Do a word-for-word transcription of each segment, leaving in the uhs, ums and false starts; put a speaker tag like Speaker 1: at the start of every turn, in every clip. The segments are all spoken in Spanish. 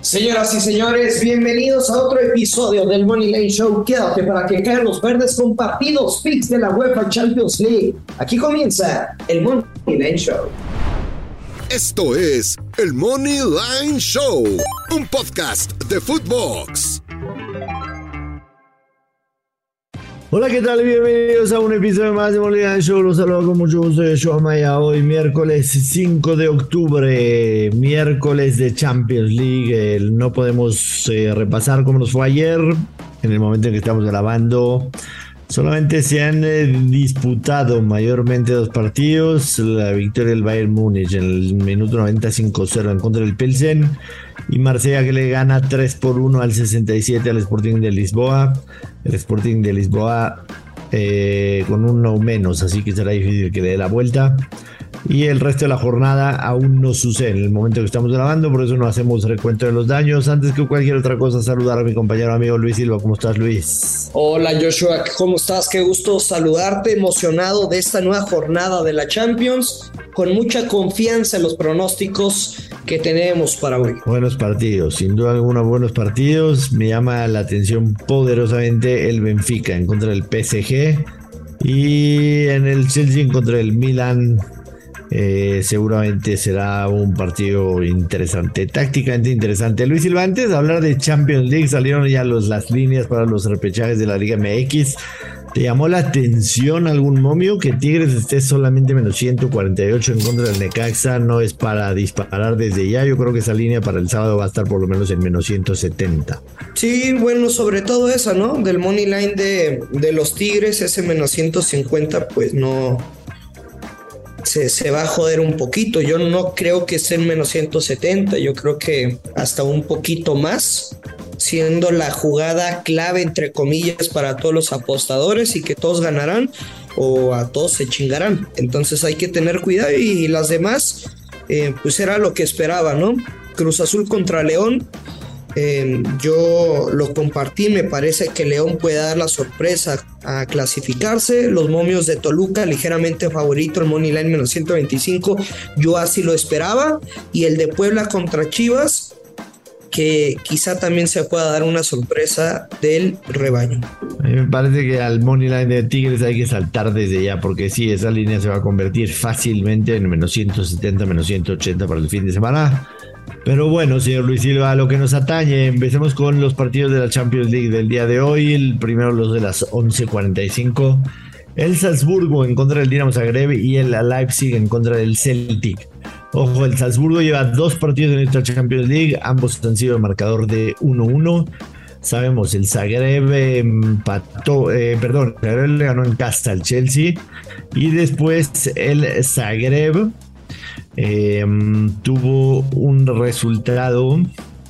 Speaker 1: Señoras y señores, bienvenidos a otro episodio del Money Line Show. Quédate para que caigan los verdes con partidos picks de la UEFA Champions League. Aquí comienza el Money Line Show.
Speaker 2: Esto es el Money Line Show, un podcast de Footbox.
Speaker 3: Hola, ¿qué tal? Bienvenidos a un episodio más de Money Line Show. Los saludo con mucho gusto de Joao Maya. Hoy miércoles cinco de octubre, miércoles de Champions League. El, no podemos eh, repasar cómo nos fue ayer, en el momento en que estamos grabando. Solamente se han eh, disputado mayormente dos partidos. La victoria del Bayern Múnich en el minuto noventa cinco cero en contra del Pilsen. Y Marsella, que le gana tres por uno al sesenta y siete al Sporting de Lisboa. El Sporting de Lisboa eh, con uno menos, así que será difícil que le dé la vuelta. Y el resto de la jornada aún no sucede en el momento que estamos grabando, por eso no hacemos recuento de los daños. Antes que cualquier otra cosa, saludar a mi compañero amigo Luis Silva. ¿Cómo estás, Luis?
Speaker 1: Hola, Joshua, ¿cómo estás? Qué gusto saludarte, emocionado de esta nueva jornada de la Champions, con mucha confianza en los pronósticos que tenemos para hoy.
Speaker 3: Buenos partidos, sin duda alguna, buenos partidos. Me llama la atención poderosamente el Benfica en contra del P S G y en el Chelsea en contra del Milan. Eh, seguramente será un partido interesante, tácticamente interesante. Luis Silva, antes de hablar de Champions League, salieron ya los, las líneas para los repechajes de la Liga M X. ¿Te llamó la atención algún momio? Que Tigres esté solamente menos ciento cuarenta y ocho en contra del Necaxa no es para disparar desde ya. Yo creo que esa línea para el sábado va a estar por lo menos en menos ciento setenta.
Speaker 1: Sí, bueno, sobre todo esa, ¿no? Del money line de, de los Tigres, ese menos ciento cincuenta, pues no... Se, se va a joder un poquito. Yo no creo que sea en menos ciento setenta, yo creo que hasta un poquito más, siendo la jugada clave entre comillas para todos los apostadores y que todos ganarán o a todos se chingarán. Entonces hay que tener cuidado y las demás eh, pues era lo que esperaba, ¿no? Cruz Azul contra León. Eh, yo lo compartí, me parece que León puede dar la sorpresa a clasificarse. Los momios de Toluca ligeramente favorito, el money line menos ciento veinticinco, yo así lo esperaba. Y el de Puebla contra Chivas, que quizá también se pueda dar una sorpresa del rebaño.
Speaker 3: A mí me parece que al money line de Tigres hay que saltar desde ya, porque sí, esa línea se va a convertir fácilmente en menos ciento setenta, menos ciento ochenta para el fin de semana. Pero bueno, señor Luis Silva, a lo que nos atañe, empecemos con los partidos de la Champions League del día de hoy. El primero, los de las once cuarenta y cinco. El Salzburgo en contra del Dinamo Zagreb y el Leipzig en contra del Celtic. Ojo, el Salzburgo lleva dos partidos en esta Champions League, ambos han sido de marcador de uno uno. Sabemos, el Zagreb empató, eh, perdón, el Zagreb le ganó en casa al Chelsea y después el Zagreb Eh, tuvo un resultado,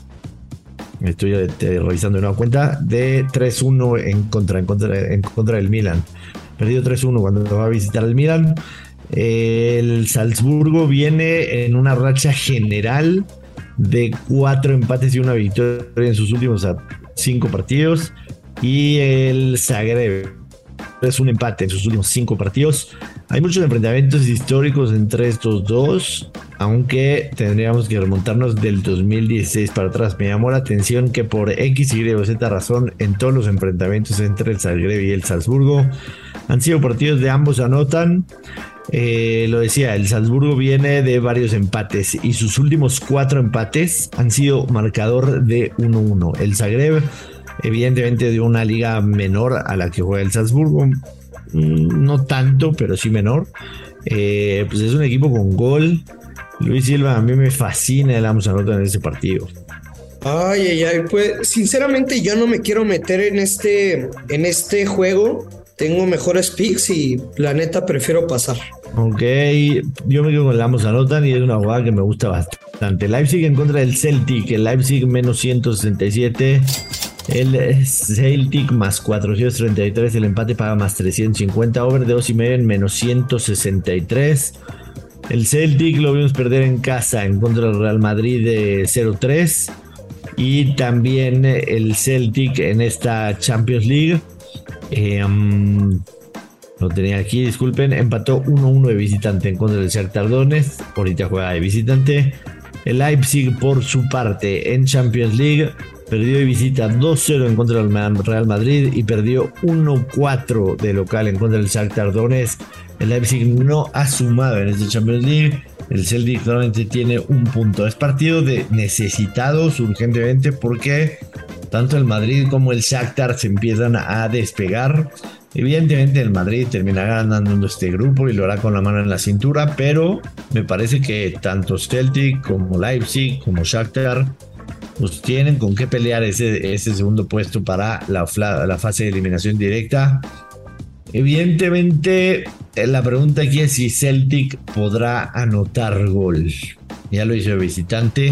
Speaker 3: estoy eh, revisando de nueva cuenta, de tres uno en contra, en contra, en contra del Milan. Perdió tres uno cuando va a visitar al Milan. Eh, el Salzburgo viene en una racha general de cuatro empates y una victoria en sus últimos cinco partidos. Y el Zagreb es un empate en sus últimos cinco partidos. Hay muchos enfrentamientos históricos entre estos dos, aunque tendríamos que remontarnos del dos mil dieciséis para atrás. Me llamó la atención que por X, Y o Z razón, en todos los enfrentamientos entre el Zagreb y el Salzburgo han sido partidos de ambos anotan. Eh, lo decía, el Salzburgo viene de varios empates y sus últimos cuatro empates han sido marcador de uno uno. El Zagreb, evidentemente, de una liga menor a la que juega el Salzburgo, no tanto, pero sí menor. Eh, pues es un equipo con gol. Luis Silva, a mí me fascina el ambos anotan en ese partido.
Speaker 1: Ay, ay, ay, pues sinceramente yo no me quiero meter en este, en este juego. Tengo mejores picks y la neta prefiero pasar.
Speaker 3: Ok, yo me quedo con el ambos anotan y es una jugada que me gusta bastante. Leipzig en contra del Celtic, el Leipzig menos ciento sesenta y siete. El Celtic más cuatrocientos treinta y tres, el empate paga más trescientos cincuenta, over de dos y medio en menos ciento sesenta y tres. El Celtic lo vimos perder en casa en contra del Real Madrid de cero tres. Y también el Celtic en esta Champions League, eh, um, lo tenía aquí, disculpen, empató uno uno de visitante en contra del Shakhtar Donetsk. Ahorita juega de visitante. El Leipzig, por su parte, en Champions League, perdió de visita dos cero en contra del Real Madrid y perdió uno cuatro de local en contra del Shakhtar Donetsk. El Leipzig no ha sumado en este Champions League. El Celtic solamente tiene un punto. Es partido de necesitados urgentemente porque tanto el Madrid como el Shakhtar se empiezan a despegar. Evidentemente el Madrid terminará ganando este grupo y lo hará con la mano en la cintura, pero me parece que tanto Celtic como Leipzig como Shakhtar pues tienen con qué pelear ese, ese segundo puesto para la, la fase de eliminación directa. Evidentemente la pregunta aquí es si Celtic podrá anotar gol. Ya lo hizo de visitante.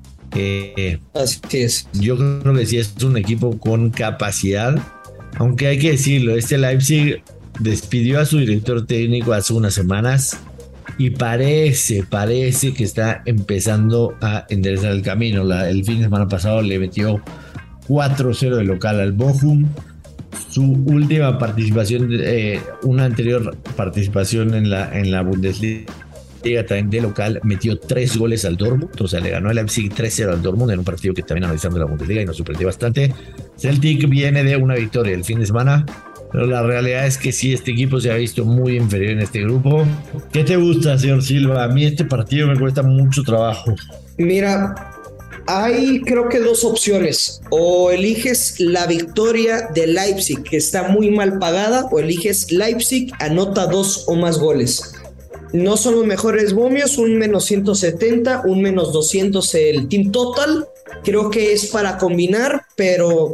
Speaker 3: Eh,
Speaker 1: Así es.
Speaker 3: Yo creo que sí es un equipo con capacidad. Aunque hay que decirlo, este Leipzig despidió a su director técnico hace unas semanas y parece, parece que está empezando a enderezar el camino. La, el fin de semana pasado le metió cuatro cero de local al Bochum. Su última participación, eh, una anterior participación en la, en la Bundesliga también de local, metió tres goles al Dortmund, o sea, le ganó el Leipzig tres cero al Dortmund en un partido que también analizando la Bundesliga y nos sorprendió bastante. Celtic viene de una victoria el fin de semana, pero la realidad es que sí, este equipo se ha visto muy inferior en este grupo. ¿Qué te gusta, señor Silva? A mí este partido me cuesta mucho trabajo.
Speaker 1: Mira, hay creo que dos opciones. O eliges la victoria de Leipzig, que está muy mal pagada, o eliges Leipzig anota dos o más goles. No son los mejores momios, un menos ciento setenta, un menos doscientos el team total. Creo que es para combinar, pero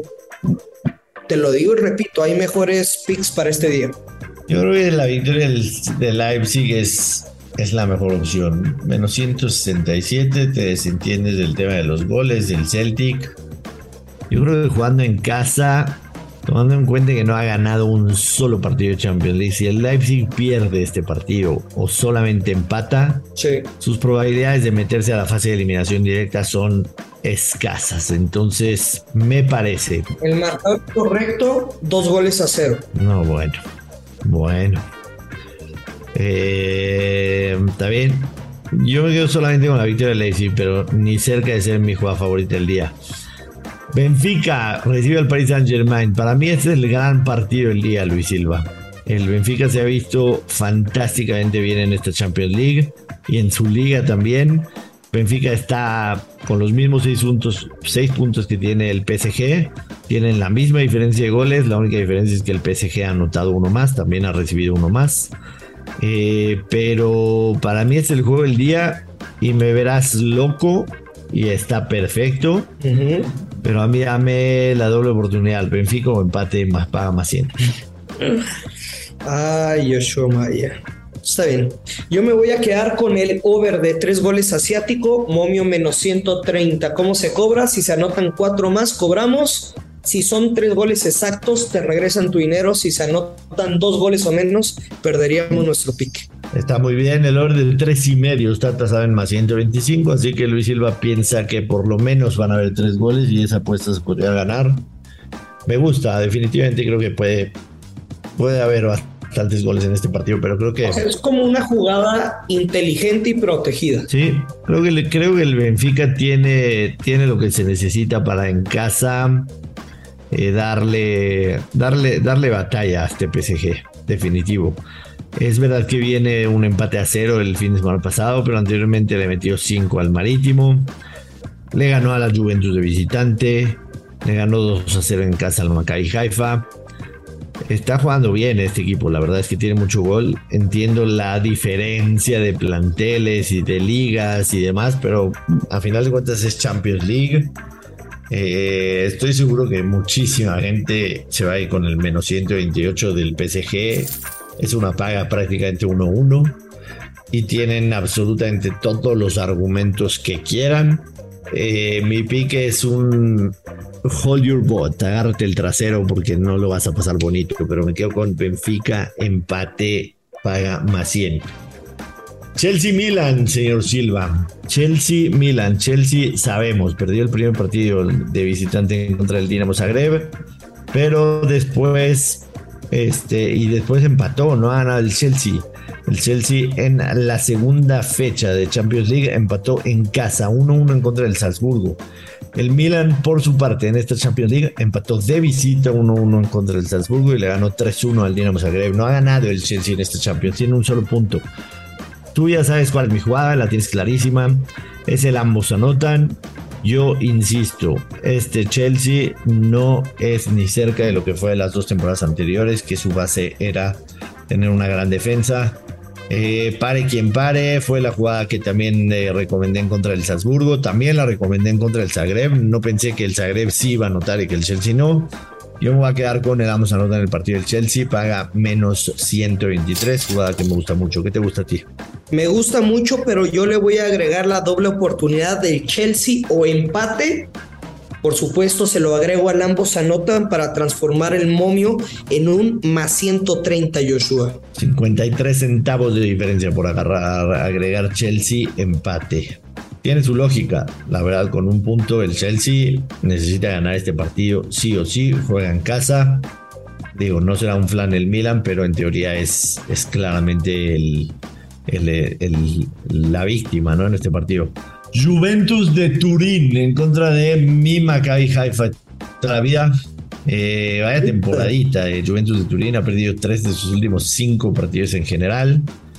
Speaker 1: te lo digo y repito, hay mejores picks para este día.
Speaker 3: Yo creo que la victoria del, de Leipzig es, es la mejor opción. Menos ciento sesenta y siete, te desentiendes del tema de los goles del Celtic. Yo creo que jugando en casa, tomando en cuenta que no ha ganado un solo partido de Champions League, si el Leipzig pierde este partido o solamente empata,
Speaker 1: sí,
Speaker 3: sus probabilidades de meterse a la fase de eliminación directa son escasas. Entonces, me parece.
Speaker 1: El marcador correcto, dos goles a cero.
Speaker 3: No, bueno. Bueno. Eh, Está bien. Yo me quedo solamente con la victoria de Leipzig, pero ni cerca de ser mi jugada favorita del día. Benfica recibe al Paris Saint-Germain. Para mí este es el gran partido del día, Luis Silva. El Benfica se ha visto fantásticamente bien en esta Champions League y en su liga también. Benfica está con los mismos seis puntos, seis puntos que tiene el P S G. Tienen la misma diferencia de goles. La única diferencia es que el P S G ha anotado uno más, también ha recibido uno más. Eh, pero para mí es el juego del día y me verás loco y está perfecto. Uh-huh. Pero a mí dame la doble oportunidad al Benfica o empate más paga más cien.
Speaker 1: Ay, Yoshua Maya. Está bien. Yo me voy a quedar con el over de tres goles asiático, momio menos ciento treinta. ¿Cómo se cobra? Si se anotan cuatro más, cobramos. Si son tres goles exactos, te regresan tu dinero. Si se anotan dos goles o menos, perderíamos nuestro pick.
Speaker 3: Está muy bien, el over de tres y medio está tasado en más ciento veinticinco, así que Luis Silva piensa que por lo menos van a haber tres goles y esa apuesta se podría ganar. Me gusta, definitivamente creo que puede, puede haber bastantes goles en este partido, pero creo que...
Speaker 1: O sea, es como una jugada inteligente y protegida.
Speaker 3: Sí, creo que, creo que el Benfica tiene, tiene lo que se necesita para en casa eh, darle, darle, darle batalla a este P S G, definitivo. Es verdad que viene un empate a cero el fin de semana pasado, pero anteriormente le metió cinco al Marítimo. Le ganó a la Juventus de visitante. Le ganó dos a cero en casa al Maccabi Haifa. Está jugando bien este equipo, la verdad es que tiene mucho gol. Entiendo la diferencia de planteles y de ligas y demás, pero a final de cuentas es Champions League. Eh, estoy seguro que muchísima gente se va a ir con el menos ciento veintiocho del P S G. Es una paga prácticamente uno uno y tienen absolutamente todos los argumentos que quieran. Eh, mi pique es un hold your butt, agárrate el trasero porque no lo vas a pasar bonito, pero me quedo con Benfica, empate, paga más cien. Chelsea-Milan, señor Silva. Chelsea-Milan. Chelsea, sabemos, perdió el primer partido de visitante en contra del Dinamo Zagreb, pero después... Este, y después empató, no ha ganado el Chelsea. El Chelsea en la segunda fecha de Champions League empató en casa uno uno en contra del Salzburgo. El Milan, por su parte, en esta Champions League empató de visita uno uno en contra del Salzburgo y le ganó tres uno al Dinamo Zagreb. No ha ganado el Chelsea en esta Champions, tiene un solo punto. Tú ya sabes cuál es mi jugada, la tienes clarísima. Es el ambos anotan. Yo insisto, este Chelsea no es ni cerca de lo que fue las dos temporadas anteriores, que su base era tener una gran defensa. Eh, pare quien pare, fue la jugada que también eh, recomendé en contra del Salzburgo, también la recomendé en contra del Zagreb. No pensé que el Zagreb sí iba a anotar y que el Chelsea no. Yo me voy a quedar con el ambos anotan en el partido del Chelsea, paga menos ciento veintitrés, jugada que me gusta mucho. ¿Qué te gusta a ti?
Speaker 1: Me gusta mucho, pero yo le voy a agregar la doble oportunidad del Chelsea o empate. Por supuesto, se lo agrego al ambos anotan para transformar el momio en un más ciento treinta, Joshua.
Speaker 3: cincuenta y tres centavos de diferencia por agarrar, agregar Chelsea empate. Tiene su lógica, la verdad, con un punto el Chelsea necesita ganar este partido sí o sí, juega en casa. Digo, no será un flan el Milan, pero en teoría es, es claramente el, el, el, la víctima, ¿no? En este partido. Juventus de Turín en contra de mi Maccabi Haifa. Todavía, eh, vaya temporadita. Eh. Juventus de Turín ha perdido tres de sus últimos cinco partidos en general.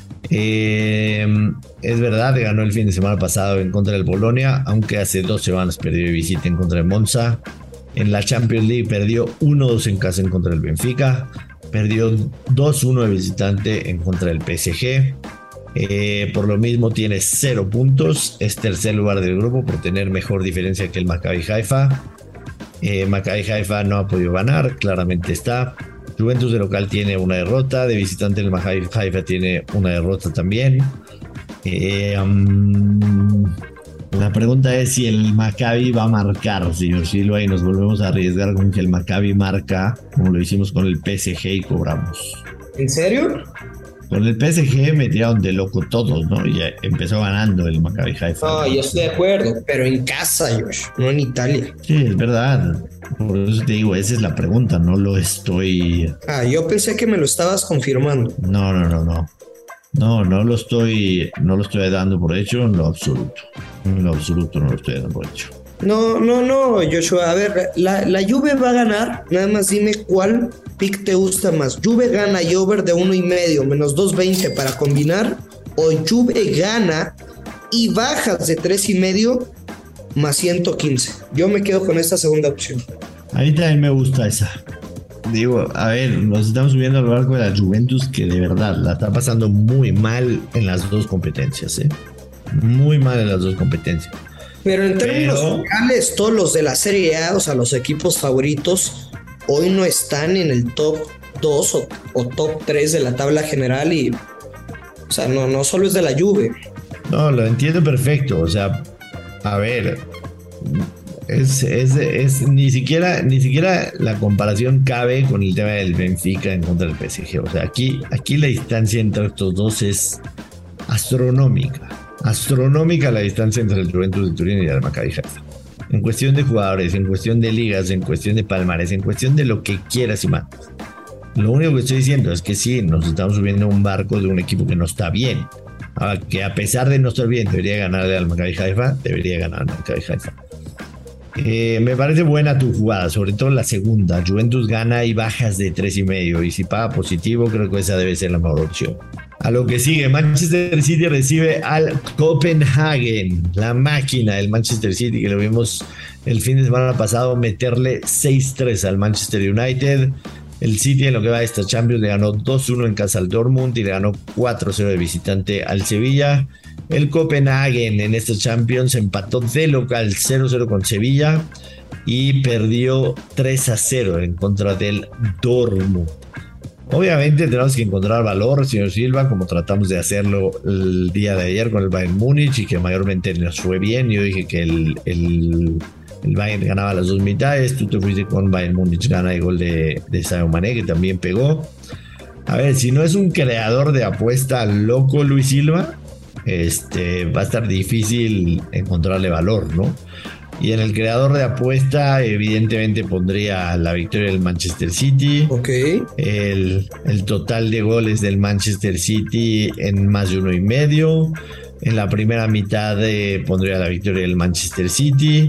Speaker 3: Eh, es verdad, ganó el fin de semana pasado en contra del Bolonia, aunque hace dos semanas perdió de visita en contra del Monza. En la Champions League perdió uno dos en casa en contra del Benfica. Perdió dos uno de visitante en contra del P S G. Eh, por lo mismo tiene cero puntos, es tercer lugar del grupo por tener mejor diferencia que el Maccabi Haifa. eh, Maccabi Haifa no ha podido ganar, claramente está. Juventus de local tiene una derrota, de visitante el Maccabi Haifa tiene una derrota también. eh, um, la pregunta es si el Maccabi va a marcar, señor Silva, y nos volvemos a arriesgar con que el Maccabi marca como lo hicimos con el P S G y cobramos.
Speaker 1: ¿En serio?
Speaker 3: Con el P S G me tiraron de loco todos, ¿no? Y empezó ganando el Maccabi Haifa.
Speaker 1: No, yo estoy de acuerdo, pero en casa, Josh, no en Italia.
Speaker 3: Sí, es verdad. Por eso te digo, esa es la pregunta, no lo estoy...
Speaker 1: Ah, yo pensé que me lo estabas confirmando.
Speaker 3: No, no, no, no. No, no lo estoy, no lo estoy dando por hecho en lo absoluto. En lo absoluto no lo estoy dando por hecho.
Speaker 1: No, no, no, Joshua. A ver, la, la Juve va a ganar. Nada más dime cuál pick te gusta más. Juve gana y over de uno y medio, menos dos veinte para combinar. O Juve gana y bajas de tres y medio, más ciento quince. Yo me quedo con esta segunda opción.
Speaker 3: A mí también me gusta esa. Digo, a ver, nos estamos subiendo al barco de la Juventus, que de verdad la está pasando muy mal en las dos competencias, ¿eh? Muy mal en las dos competencias.
Speaker 1: Pero en términos
Speaker 3: Pero...
Speaker 1: generales, todos los de la Serie A, o sea, los equipos favoritos, hoy no están en el top dos o, o top tres de la tabla general y, o sea, no, no solo es de la Juve.
Speaker 3: No, lo entiendo perfecto, o sea, a ver, es, es, es ni siquiera, ni siquiera la comparación cabe con el tema del Benfica en contra del P S G, o sea, aquí, aquí la distancia entre estos dos es astronómica. Astronómica la distancia entre el Juventus de Turín y el Maccabi Haifa. En cuestión de jugadores, en cuestión de ligas, en cuestión de palmares, en cuestión de lo que quieras y mandes. Lo único que estoy diciendo es que sí, nos estamos subiendo a un barco de un equipo que no está bien. Ahora, que a pesar de no estar bien, debería ganarle al Maccabi Haifa, debería ganar al Maccabi Haifa. Eh, me parece buena tu jugada, sobre todo la segunda. Juventus gana y bajas de tres y medio. Y si paga positivo, creo que esa debe ser la mejor opción. A lo que sigue, Manchester City recibe al Copenhagen, la máquina del Manchester City, que lo vimos el fin de semana pasado meterle seis tres al Manchester United. El City, en lo que va de esta Champions, le ganó dos uno en casa al Dortmund y le ganó cuatro cero de visitante al Sevilla. El Copenhagen en esta Champions empató de local cero cero con Sevilla y perdió tres a cero en contra del Dortmund. Obviamente tenemos que encontrar valor, señor Silva, como tratamos de hacerlo el día de ayer con el Bayern Múnich y que mayormente nos fue bien. Yo dije que el, el, el Bayern ganaba las dos mitades, tú te fuiste con Bayern Múnich gana el gol de, de Sadio Mané, que también pegó. A ver, si no es un creador de apuesta loco Luis Silva, este, va a estar difícil encontrarle valor, ¿no? Y en el creador de apuesta, evidentemente pondría la victoria del Manchester City.
Speaker 1: Ok.
Speaker 3: El, el total de goles del Manchester City en más de uno y medio. En la primera mitad eh, pondría la victoria del Manchester City.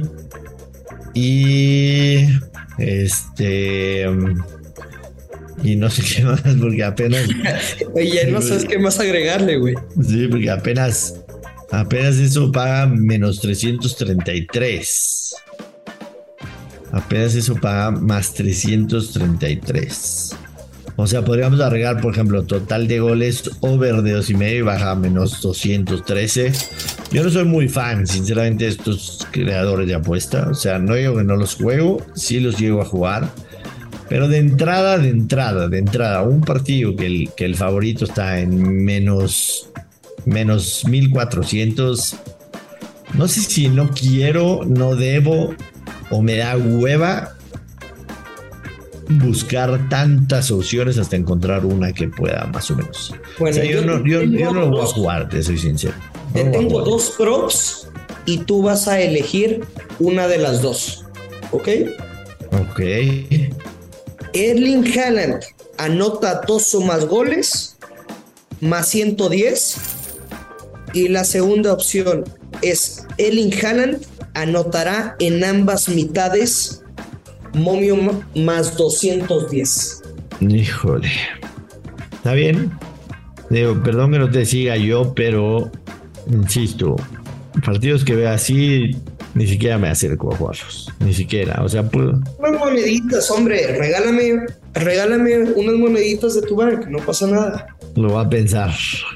Speaker 3: Y este y no sé qué más, porque apenas
Speaker 1: Oye, no sabes qué más agregarle, güey.
Speaker 3: Sí, porque apenas apenas eso paga menos trescientos treinta y tres. Apenas eso paga más trescientos treinta y tres. O sea, podríamos agregar, por ejemplo, total de goles over de dos y medio y baja a menos doscientos trece. Yo no soy muy fan, sinceramente, de estos creadores de apuesta. O sea, no digo que no los juego, sí los llego a jugar. Pero de entrada, de entrada, de entrada, un partido que el, que el favorito está en menos, menos mil cuatrocientos. No sé si no quiero, no debo o me da hueva buscar tantas opciones hasta encontrar una que pueda más o menos. Bueno, o sea, yo, yo, no, yo, yo no lo voy a jugar, te soy sincero.
Speaker 1: Te no tengo dos props y tú vas a elegir una de las dos. ¿Ok?
Speaker 3: Ok.
Speaker 1: Erling Haaland anota dos o más goles, más ciento diez. Y la segunda opción es Erling Haaland anotará en ambas mitades, momio más doscientos diez.
Speaker 3: Híjole. Está bien. Digo, perdón que no te siga yo, pero insisto, partidos que vea así, ni siquiera me acerco a jugarlos. Ni siquiera. O sea, puedo.
Speaker 1: Unas moneditas, hombre. Regálame, regálame unas moneditas de tu bank. No pasa nada.
Speaker 3: Lo va a pensar.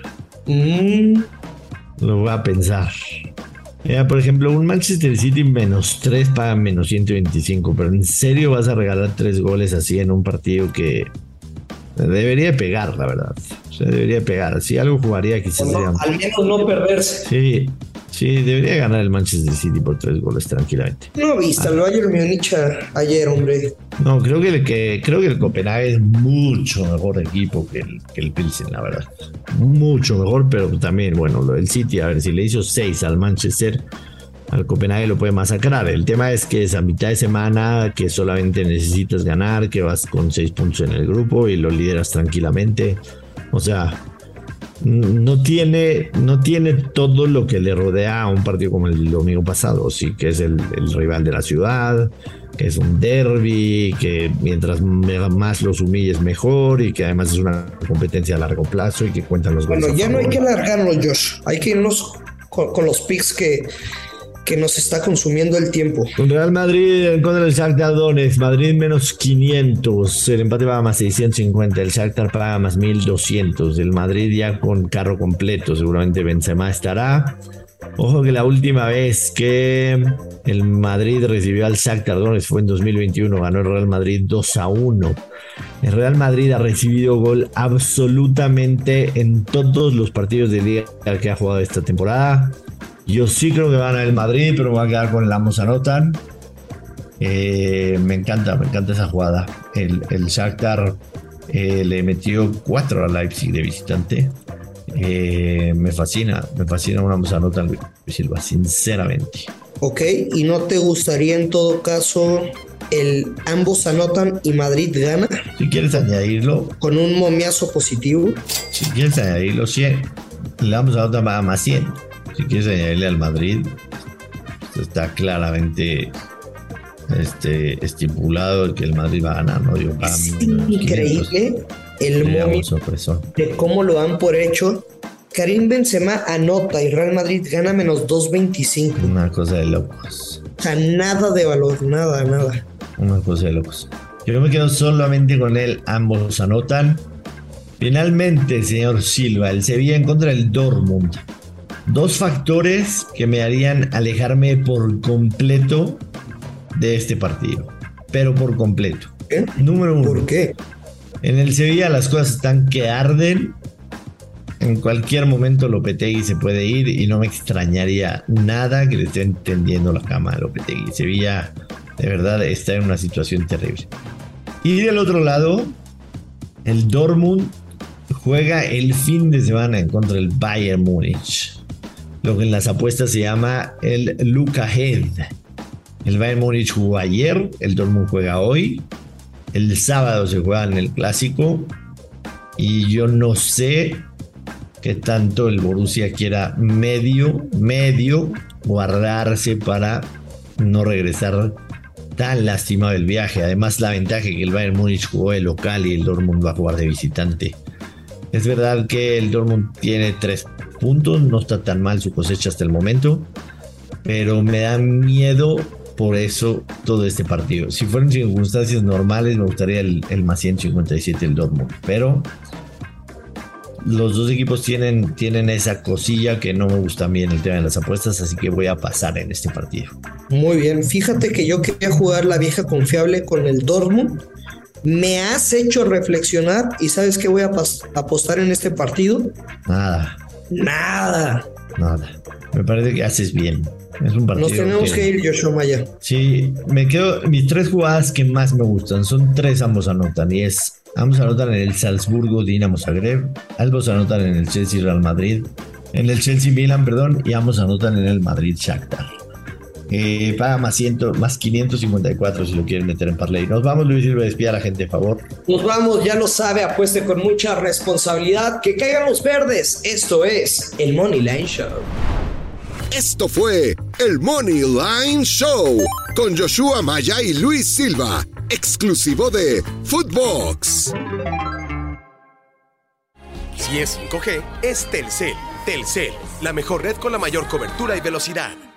Speaker 1: Mm.
Speaker 3: Lo va a pensar. Mira, por ejemplo, un Manchester City menos tres paga menos ciento veinticinco, pero ¿en serio vas a regalar tres goles así en un partido que debería pegar, la verdad? O sea, debería pegar. Si algo jugaría quizás
Speaker 1: no,
Speaker 3: sería...
Speaker 1: Al menos no perderse.
Speaker 3: Sí, sí, debería ganar el Manchester City por tres goles tranquilamente.
Speaker 1: No viste al Bayern Múnich ayer, hombre.
Speaker 3: No, creo que el que creo que el Copenhague es mucho mejor equipo que el, que el Pilsen, la verdad. Mucho mejor, pero también, bueno, el City, a ver, si le hizo seis al Manchester, al Copenhague lo puede masacrar. El tema es que es a mitad de semana, que solamente necesitas ganar, que vas con seis puntos en el grupo y lo lideras tranquilamente. O sea, no tiene, no tiene todo lo que le rodea a un partido como el domingo pasado, sí, que es el, el rival de la ciudad, que es un derbi, que mientras más los humilles mejor y que además es una competencia a largo plazo y que cuentan los goles.
Speaker 1: Bueno, ya no hay que alargarnos, Josh, hay que irnos con, con los picks que, que nos está consumiendo el tiempo.
Speaker 3: Real Madrid contra el Shakhtar Donetsk. Madrid menos quinientos, el empate paga más seiscientos cincuenta, el Shakhtar paga más mil doscientos, el Madrid ya con carro completo, seguramente Benzema estará. Ojo que la última vez que el Madrid recibió al Shakhtar Donetsk fue en dos mil veintiuno, ganó el Real Madrid dos a uno. El Real Madrid ha recibido gol absolutamente en todos los partidos de liga que ha jugado esta temporada. Yo sí creo que van a ganar el Madrid, pero me voy a quedar con el ambos anotan. Eh, me encanta, me encanta esa jugada. El, el Shakhtar eh, le metió cuatro a Leipzig de visitante. Eh, me fascina, me fascina un ambos anotan, Luis Silva, sinceramente.
Speaker 1: Ok, ¿y no te gustaría en todo caso el ambos anotan y Madrid gana?
Speaker 3: Si quieres añadirlo.
Speaker 1: Con un momiazo positivo.
Speaker 3: Si quieres añadirlo, cien. El ambos anotan va a más cien. Si quieres añadirle al Madrid, está claramente este, estipulado que el Madrid va a ganar, ¿no? Digo,
Speaker 1: es increíble el momio de cómo lo dan por hecho. Karim Benzema anota y Real Madrid gana menos dos veinticinco.
Speaker 3: Una cosa de locos.
Speaker 1: O sea, nada de valor, nada, nada.
Speaker 3: Una cosa de locos. Yo me quedo solamente con él, ambos anotan. Finalmente, señor Silva, el Sevilla en contra del Dortmund. Dos factores que me harían alejarme por completo de este partido. Pero por completo.
Speaker 1: ¿Qué?
Speaker 3: Número uno.
Speaker 1: ¿Por qué?
Speaker 3: En el Sevilla las cosas están que arden. En cualquier momento Lopetegui se puede ir y no me extrañaría nada que le estén tendiendo la cama a Lopetegui. Sevilla de verdad está en una situación terrible. Y del otro lado, el Dortmund juega el fin de semana en contra del Bayern Múnich. Lo que en las apuestas se llama el look ahead. El Bayern Múnich jugó ayer, el Dortmund juega hoy, el sábado se juega en el Clásico y yo no sé qué tanto el Borussia quiera medio, medio guardarse para no regresar tan lastimado del viaje. Además, la ventaja que el Bayern Múnich jugó de local y el Dortmund va a jugar de visitante. Es verdad que el Dortmund tiene tres puntos, no está tan mal su cosecha hasta el momento, pero me da miedo por eso todo este partido. Si fueran circunstancias normales me gustaría el, el más ciento cincuenta y siete el Dortmund, pero los dos equipos tienen, tienen esa cosilla que no me gusta a mí en el tema de las apuestas, así que voy a pasar en este partido.
Speaker 1: Muy bien, fíjate que yo quería jugar la vieja confiable con el Dortmund. Me has hecho reflexionar y ¿sabes qué voy a pas- apostar en este partido?
Speaker 3: Nada.
Speaker 1: Nada.
Speaker 3: Nada. Me parece que haces bien. Es un partido.
Speaker 1: Nos tenemos que, que ir, Joshua Maya.
Speaker 3: Sí, me quedo. Mis tres jugadas que más me gustan son tres, ambos anotan. Y es: ambos anotan en el Salzburgo Dinamo Zagreb, ambos anotan en el Chelsea Real Madrid, en el Chelsea Milan, perdón, y ambos anotan en el Madrid Shakhtar. Eh, paga más, cien, más quinientos cincuenta y cuatro si lo quieren meter en parlay. Nos vamos, Luis Silva, despide a la gente, por favor.
Speaker 1: Nos vamos, ya lo sabe, apueste con mucha responsabilidad, que caigan los verdes. Esto es el Money Line Show.
Speaker 2: Esto fue el Money Line Show con Joshua Maya y Luis Silva, exclusivo de Footbox.
Speaker 4: Si es cinco G, es Telcel. Telcel, la mejor red con la mayor cobertura y velocidad.